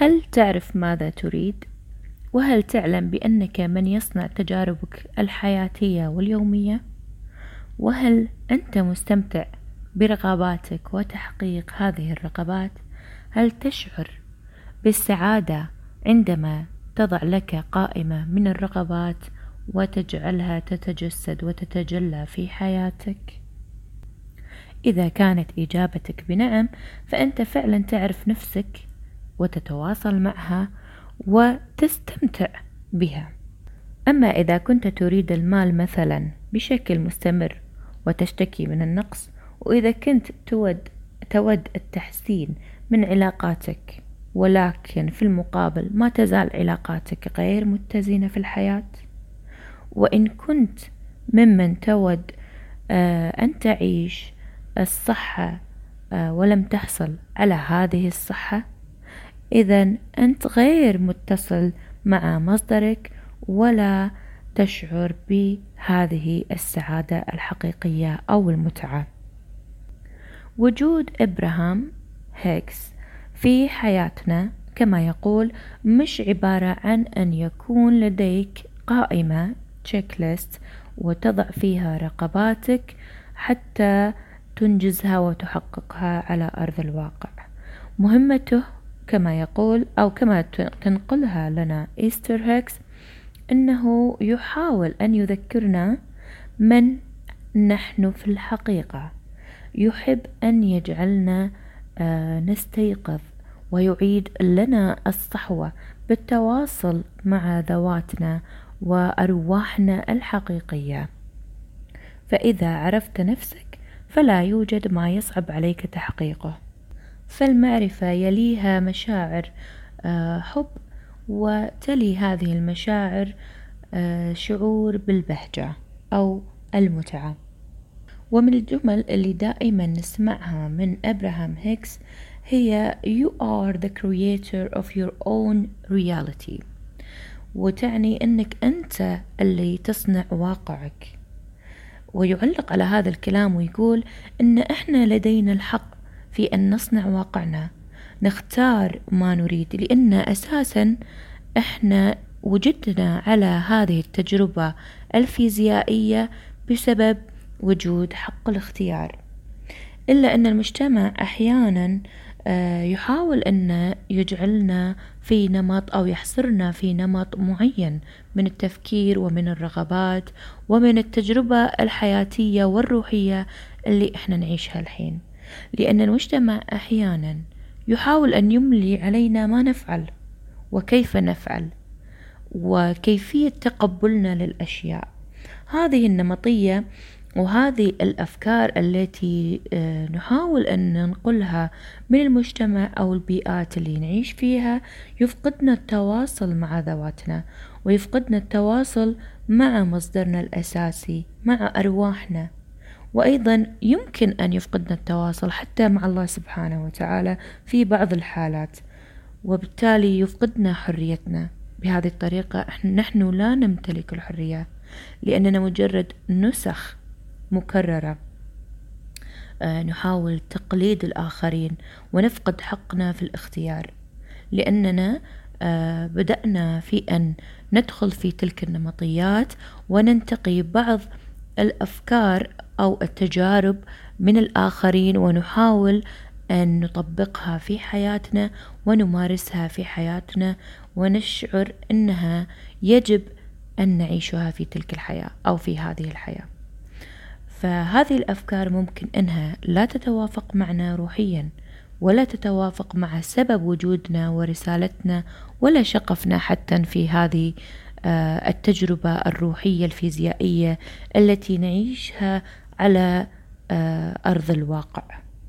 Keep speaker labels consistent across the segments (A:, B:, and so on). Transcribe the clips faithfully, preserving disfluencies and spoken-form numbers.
A: هل تعرف ماذا تريد؟ وهل تعلم بأنك من يصنع تجاربك الحياتية واليومية؟ وهل أنت مستمتع برغباتك وتحقيق هذه الرغبات؟ هل تشعر بالسعادة عندما تضع لك قائمة من الرغبات وتجعلها تتجسد وتتجلى في حياتك؟ إذا كانت إجابتك بنعم، فأنت فعلا تعرف نفسك وتتواصل معها وتستمتع بها. أما إذا كنت تريد المال مثلا بشكل مستمر وتشتكي من النقص، وإذا كنت تود تود التحسين من علاقاتك ولكن في المقابل ما تزال علاقاتك غير متزنة في الحياة، وإن كنت ممن تود أن تعيش الصحة ولم تحصل على هذه الصحة، إذن أنت غير متصل مع مصدرك ولا تشعر بهذه السعادة الحقيقية أو المتعة. وجود إبراهام هيكس في حياتنا كما يقول مش عبارة عن أن يكون لديك قائمة تشيك ليست وتضع فيها رغباتك حتى تنجزها وتحققها على أرض الواقع. مهمته كما يقول أو كما تنقلها لنا إستر هيكس أنه يحاول أن يذكرنا من نحن في الحقيقة، يحب أن يجعلنا نستيقظ ويعيد لنا الصحوة بالتواصل مع ذواتنا وأرواحنا الحقيقية. فإذا عرفت نفسك فلا يوجد ما يصعب عليك تحقيقه، فالمعرفة يليها مشاعر حب، وتلي هذه المشاعر شعور بالبهجة أو المتعة. ومن الجمل اللي دائما نسمعها من إبراهام هيكس هي You are the creator of your own reality، وتعني أنك أنت اللي تصنع واقعك. ويعلق على هذا الكلام ويقول أن إحنا لدينا الحق في أن نصنع واقعنا، نختار ما نريد، لأن أساسا إحنا وجدنا على هذه التجربة الفيزيائية بسبب وجود حق الاختيار. إلا أن المجتمع أحيانا يحاول أن يجعلنا في نمط أو يحصرنا في نمط معين من التفكير ومن الرغبات ومن التجربة الحياتية والروحية اللي إحنا نعيشها الحين، لأن المجتمع أحيانا يحاول أن يملي علينا ما نفعل وكيف نفعل وكيفية تقبلنا للأشياء. هذه النمطية وهذه الأفكار التي نحاول أن ننقلها من المجتمع أو البيئات اللي نعيش فيها يفقدنا التواصل مع ذواتنا، ويفقدنا التواصل مع مصدرنا الأساسي مع أرواحنا، وأيضا يمكن أن يفقدنا التواصل حتى مع الله سبحانه وتعالى في بعض الحالات، وبالتالي يفقدنا حريتنا. بهذه الطريقة نحن لا نمتلك الحرية، لأننا مجرد نسخ مكررة نحاول تقليد الآخرين ونفقد حقنا في الاختيار، لأننا بدأنا في أن ندخل في تلك النمطيات وننتقي بعض الأفكار أو التجارب من الآخرين ونحاول أن نطبقها في حياتنا ونمارسها في حياتنا ونشعر أنها يجب أن نعيشها في تلك الحياة أو في هذه الحياة. فهذه الأفكار ممكن أنها لا تتوافق معنا روحيا، ولا تتوافق مع سبب وجودنا ورسالتنا ولا شغفنا حتى في هذه التجربة الروحية الفيزيائية التي نعيشها على أرض الواقع.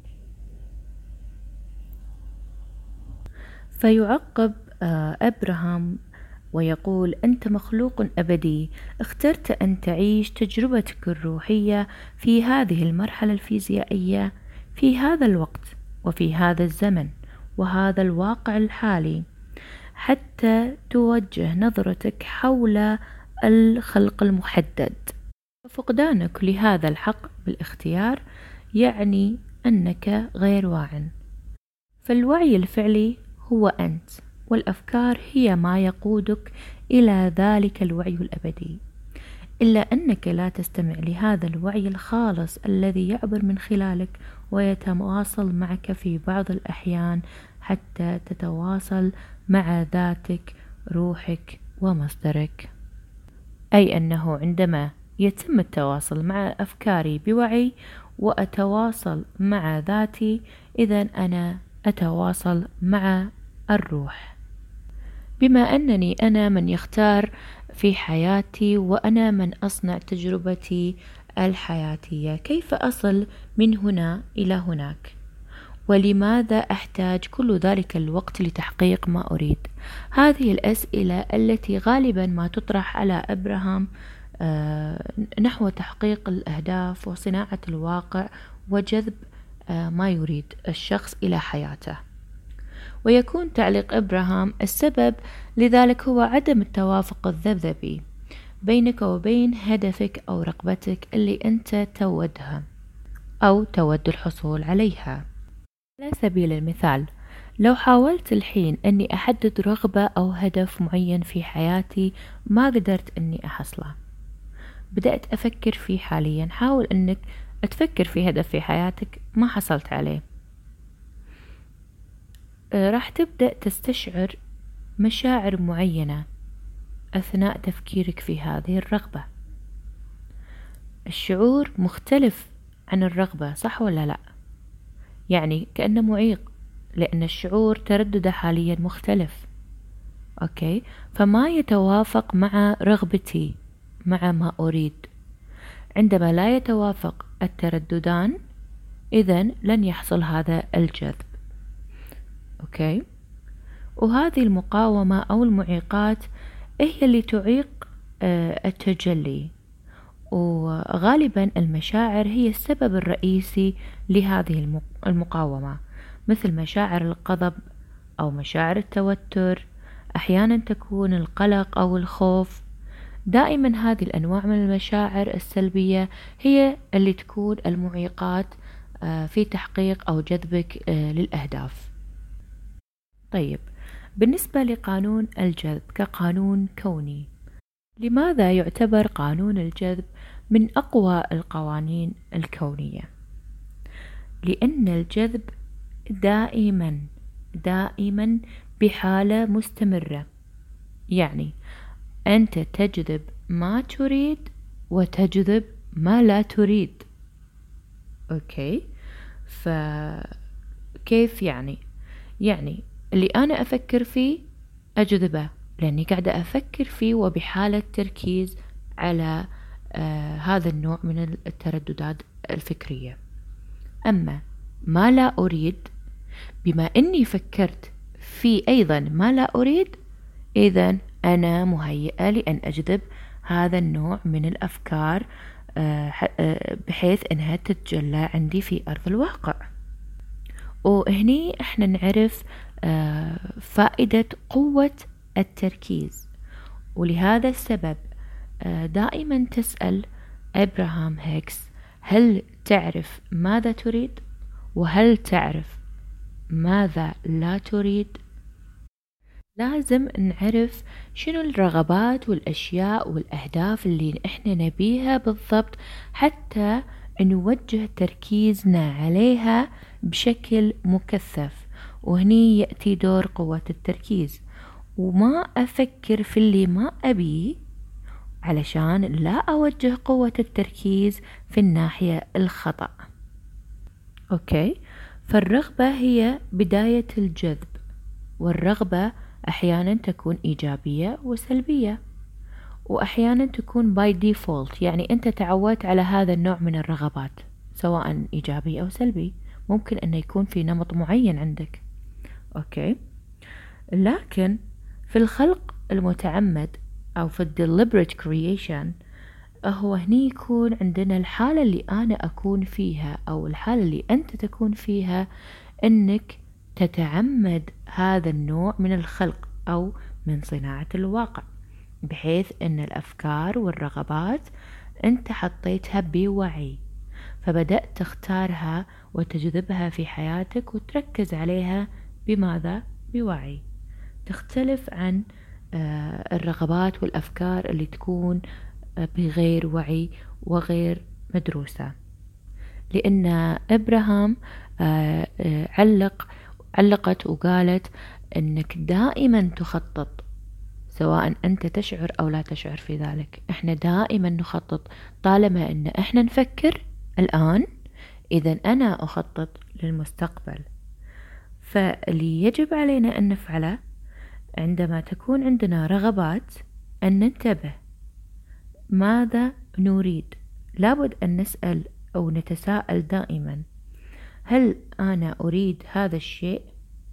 A: فيعقب إبراهام ويقول أنت مخلوق أبدي، اخترت أن تعيش تجربتك الروحية في هذه المرحلة الفيزيائية في هذا الوقت وفي هذا الزمن وهذا الواقع الحالي، حتى توجه نظرتك حول الخلق المحدد. فقدانك لهذا الحق بالاختيار يعني أنك غير واع. فالوعي الفعلي هو أنت، والأفكار هي ما يقودك إلى ذلك الوعي الأبدي، إلا أنك لا تستمع لهذا الوعي الخالص الذي يعبر من خلالك ويتواصل معك في بعض الأحيان حتى تتواصل مع ذاتك، روحك ومصدرك. أي أنه عندما يتم التواصل مع أفكاري بوعي وأتواصل مع ذاتي، إذن أنا أتواصل مع الروح. بما أنني أنا من يختار في حياتي وأنا من أصنع تجربتي الحياتية، كيف أصل من هنا إلى هناك؟ ولماذا أحتاج كل ذلك الوقت لتحقيق ما أريد؟ هذه الأسئلة التي غالبا ما تطرح على أبراهام نحو تحقيق الأهداف وصناعة الواقع وجذب ما يريد الشخص إلى حياته. ويكون تعليق أبراهام السبب لذلك هو عدم التوافق الذبذبي بينك وبين هدفك أو رغبتك اللي أنت تودها أو تود الحصول عليها. على سبيل المثال، لو حاولت الحين أني أحدد رغبة أو هدف معين في حياتي ما قدرت أني أحصله، بدأت أفكر فيه حاليا. حاول أنك تفكر في هدف في حياتك ما حصلت عليه، راح تبدأ تستشعر مشاعر معينة أثناء تفكيرك في هذه الرغبة. الشعور مختلف عن الرغبة، صح ولا لا؟ يعني كأنه معيق، لأن الشعور تردده حاليا مختلف. أوكي، فما يتوافق مع رغبتي، مع ما أريد. عندما لا يتوافق الترددان، إذن لن يحصل هذا الجذب. أوكي، وهذه المقاومة أو المعيقات هي اللي تعيق التجلي، وغالبا المشاعر هي السبب الرئيسي لهذه المقاومة، مثل مشاعر الغضب أو مشاعر التوتر، أحيانا تكون القلق أو الخوف. دائما هذه الأنواع من المشاعر السلبية هي اللي تكون المعيقات في تحقيق أو جذبك للأهداف. طيب، بالنسبة لقانون الجذب كقانون كوني، لماذا يعتبر قانون الجذب من أقوى القوانين الكونية؟ لأن الجذب دائما دائما بحالة مستمرة، يعني أنت تجذب ما تريد وتجذب ما لا تريد. أوكي، فكيف يعني؟ يعني اللي أنا أفكر فيه أجذبه، لأني قاعدة أفكر فيه وبحالة تركيز على آه هذا النوع من الترددات الفكرية. أما ما لا أريد، بما أني فكرت في أيضا ما لا أريد، إذن أنا مهيئة لأن أجذب هذا النوع من الأفكار آه بحيث أنها تتجلى عندي في أرض الواقع. وهني احنا نعرف آه فائدة قوة التركيز، ولهذا السبب آه دائما تسأل أبراهام هيكس: هل تعرف ماذا تريد؟ وهل تعرف ماذا لا تريد؟ لازم نعرف شنو الرغبات والأشياء والأهداف اللي احنا نبيها بالضبط، حتى نوجه تركيزنا عليها بشكل مكثف. وهني يأتي دور قوة التركيز، وما أفكر في اللي ما أبيه علشان لا أوجه قوة التركيز في الناحية الخطأ. أوكي، فالرغبة هي بداية الجذب، والرغبة أحيانا تكون إيجابية وسلبية، وأحيانا تكون by default، يعني أنت تعودت على هذا النوع من الرغبات سواء إيجابي أو سلبي، ممكن أن يكون في نمط معين عندك. أوكي، لكن في الخلق المتعمد أو في deliberate creation، هو هني يكون عندنا الحالة اللي أنا أكون فيها أو الحالة اللي أنت تكون فيها، أنك تتعمد هذا النوع من الخلق أو من صناعة الواقع، بحيث أن الأفكار والرغبات أنت حطيتها بوعي، فبدأت تختارها وتجذبها في حياتك وتركز عليها بماذا؟ بوعي. تختلف عن الرغبات والأفكار اللي تكون بغير وعي وغير مدروسة. لأن إبراهام علق علقت وقالت أنك دائما تخطط، سواء أنت تشعر أو لا تشعر في ذلك. إحنا دائما نخطط طالما أن إحنا نفكر الآن، إذا أنا أخطط للمستقبل. فاللي يجب علينا أن نفعله عندما تكون عندنا رغبات أن ننتبه ماذا نريد. لابد أن نسأل أو نتساءل دائما، هل أنا أريد هذا الشيء؟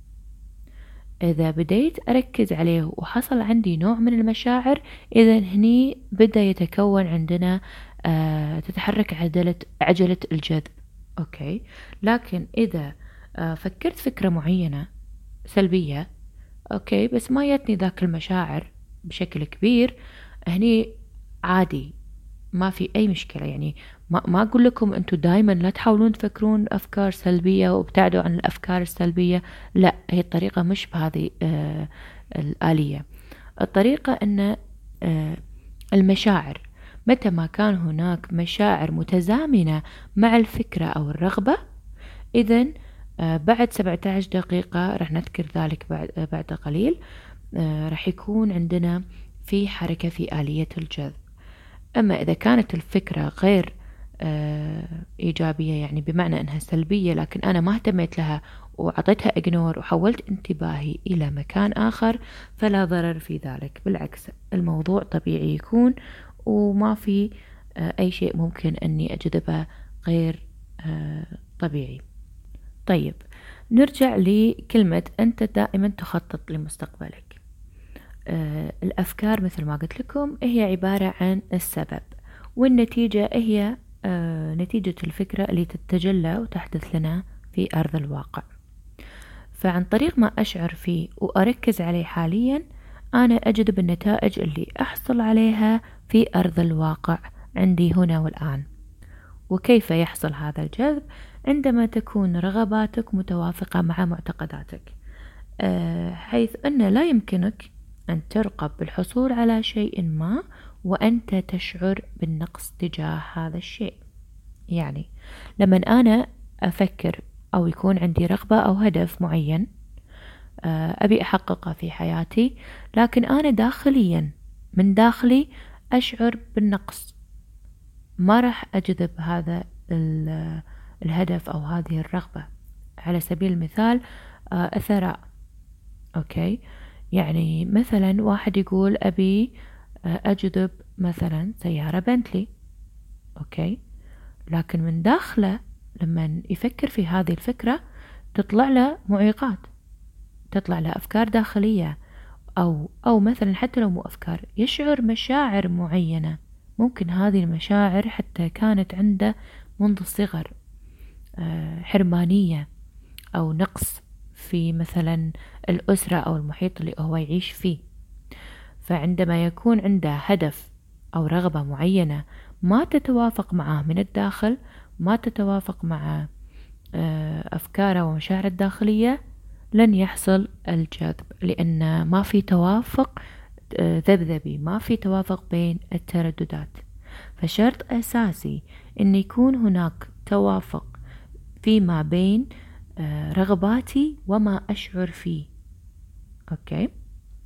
A: إذا بديت أركز عليه وحصل عندي نوع من المشاعر، إذا هني بدأ يتكون عندنا آه تتحرك عجلة, عجلة الجذب. أوكي. لكن إذا آه فكرت فكرة معينة سلبية، أوكي، بس ما يتني ذاك المشاعر بشكل كبير، هني عادي، ما في أي مشكلة. يعني ما, ما أقول لكم أنتوا دايما لا تحاولون تفكرون أفكار سلبية وابتعدوا عن الأفكار السلبية، لا، هي الطريقة مش بهذه آه الآلية. الطريقة أن آه المشاعر متى ما كان هناك مشاعر متزامنة مع الفكرة أو الرغبة، إذن آه بعد سبعة عشر دقيقة رح نذكر ذلك بعد, آه بعد قليل آه رح يكون عندنا في حركة في آلية الجذب. أما إذا كانت الفكرة غير آه إيجابية، يعني بمعنى أنها سلبية، لكن أنا ما اهتميت لها وعطيتها إجنور وحولت انتباهي إلى مكان آخر، فلا ضرر في ذلك. بالعكس، الموضوع طبيعي يكون وما في آه أي شيء ممكن أني أجذبه غير آه طبيعي. طيب، نرجع لكلمة أنت دائما تخطط لمستقبلك. آه الأفكار مثل ما قلت لكم هي عبارة عن السبب، والنتيجة هي آه نتيجة الفكرة اللي تتجلى وتحدث لنا في أرض الواقع. فعن طريق ما أشعر فيه وأركز عليه حاليا، أنا أجذب النتائج اللي أحصل عليها في أرض الواقع عندي هنا والآن. وكيف يحصل هذا الجذب؟ عندما تكون رغباتك متوافقة مع معتقداتك، آه حيث أن لا يمكنك أن ترغب بالحصول على شيء ما وأنت تشعر بالنقص تجاه هذا الشيء. يعني لما أنا أفكر أو يكون عندي رغبة أو هدف معين أبي أحققه في حياتي، لكن أنا داخليا من داخلي أشعر بالنقص، ما راح أجذب هذا الهدف أو هذه الرغبة. على سبيل المثال الثراء. أوكي، يعني مثلا واحد يقول أبي أجذب مثلا سيارة بنتلي، أوكي، لكن من داخله لما يفكر في هذه الفكرة تطلع له معيقات، تطلع له أفكار داخلية، أو أو مثلا حتى لو مو أفكار، يشعر مشاعر معينة. ممكن هذه المشاعر حتى كانت عنده منذ الصغر، حرمانية أو نقص في مثلا الأسرة أو المحيط اللي هو يعيش فيه. فعندما يكون عنده هدف أو رغبة معينة ما تتوافق معه من الداخل، ما تتوافق مع أفكاره ومشاعره الداخلية، لن يحصل الجذب، لأن ما في توافق ذبذبي، ما في توافق بين الترددات. فشرط أساسي أن يكون هناك توافق فيما بين رغباتي وما أشعر فيه. أوكي،